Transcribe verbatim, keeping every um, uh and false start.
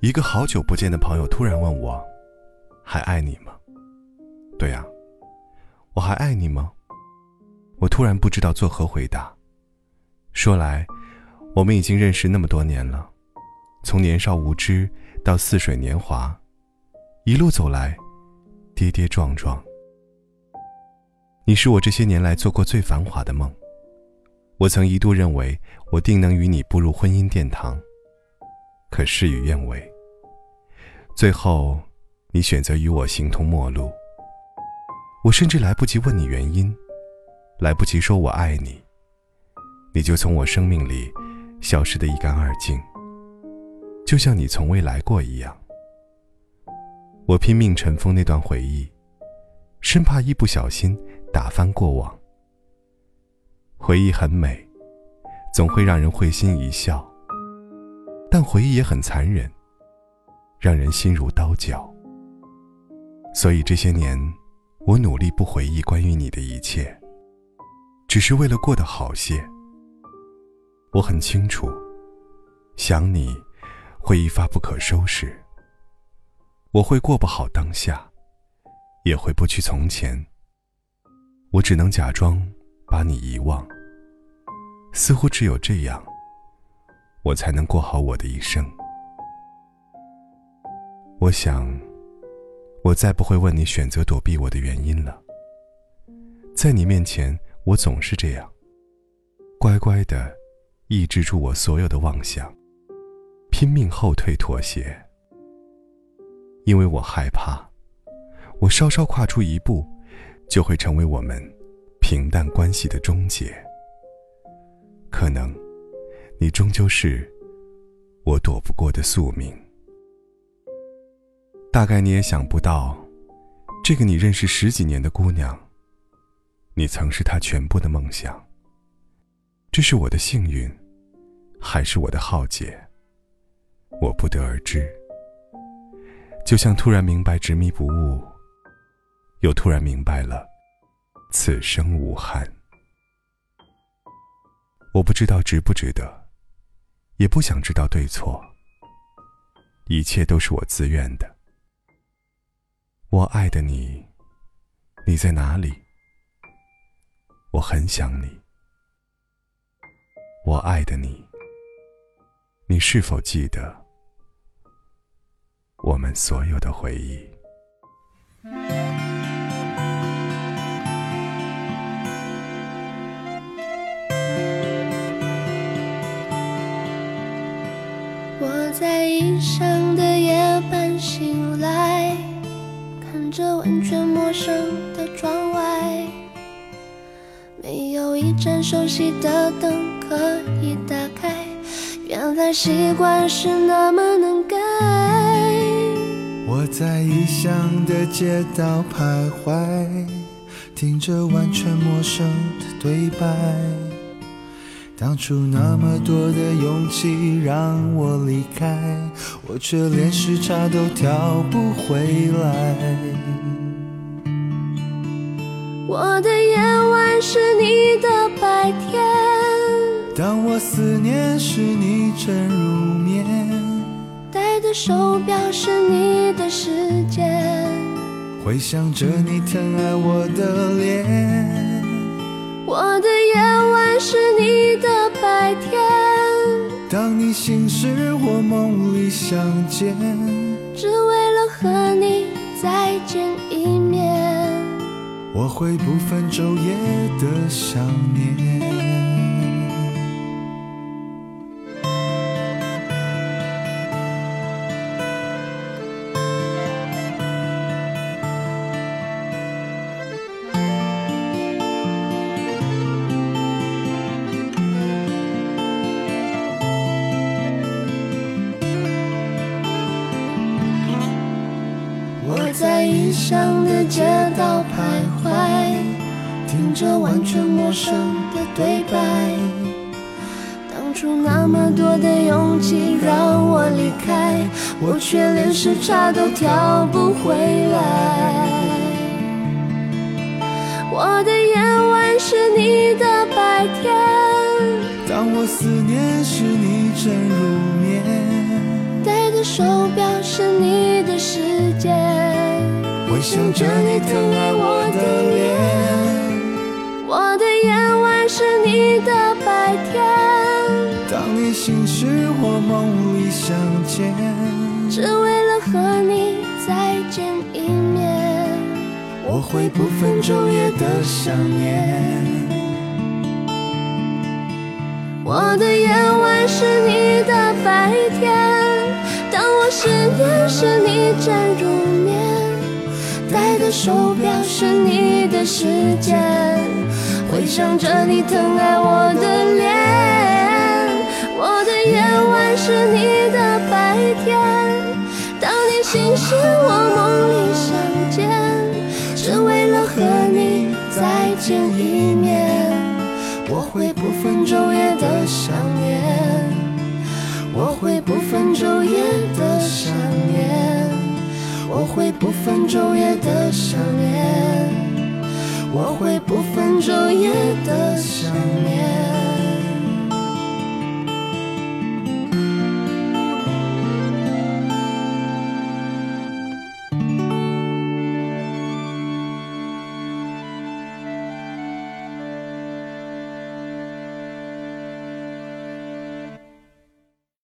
一个好久不见的朋友突然问我，还爱你吗？对啊，我还爱你吗？我突然不知道作何回答。说来，我们已经认识那么多年了，从年少无知到似水年华，一路走来，跌跌撞撞。你是我这些年来做过最繁华的梦，我曾一度认为我定能与你步入婚姻殿堂，可事与愿违。最后，你选择与我形同陌路。我甚至来不及问你原因，来不及说我爱你，你就从我生命里消失得一干二净，就像你从未来过一样。我拼命尘封那段回忆，生怕一不小心打翻过往。回忆很美，总会让人会心一笑，但回忆也很残忍，让人心如刀绞。所以这些年，我努力不回忆关于你的一切，只是为了过得好些。我很清楚，想你会一发不可收拾，我会过不好当下，也回不去从前。我只能假装把你遗忘，似乎只有这样，我才能过好我的一生。我想，我再不会问你选择躲避我的原因了。在你面前，我总是这样，乖乖地抑制住我所有的妄想，拼命后退妥协。因为我害怕，我稍稍跨出一步，就会成为我们平淡关系的终结。可能，你终究是我躲不过的宿命。大概你也想不到，这个你认识十几年的姑娘，你曾是她全部的梦想。这是我的幸运，还是我的浩劫？我不得而知。就像突然明白执迷不悟，又突然明白了此生无憾。我不知道值不值得，也不想知道对错，一切都是我自愿的。我爱的你，你在哪里？我很想你。我爱的你，你是否记得我们所有的回忆？ 我在异乡的夜半醒来，看着完全陌生的窗外，没有一盏熟悉的灯可以打开，原来习惯是那么能改。 我在异乡的街道徘徊，听着完全陌生的对白，当初那么多的勇气让我离开，我却连时差都调不回来。 我的夜晚是你的白天， 当我思念时你正入眠， 戴的手表是你的时间， 回想着你疼爱我的脸。 我的夜晚是你的白天， 当你醒时我梦里相见， 只为了和你再见一面， 我会不分昼夜的想念。 我在异乡的街道徘徊，听着完全陌生的对白，当初那么多的勇气让我离开，我却连时差都调不回来。我的夜晚是你的白天， 当我思念时你正入眠， 戴的的手表是你的时间， 回想着你疼爱我的脸， 我的夜晚是你的白天， 当你醒时或梦里相见， 只为了和你再见一面， 我会不分昼夜的想念。 我的夜晚是你的白天，当我失眠时你正入眠，戴的手表是你的时间，回想着你疼爱我的脸。我的夜晚是你的白天，当你醒时我梦里相见，只为了和你再见一面，我会不分昼夜的想念，我会不分昼夜的想念，我会不分昼夜的想念，我会不分昼夜的想念。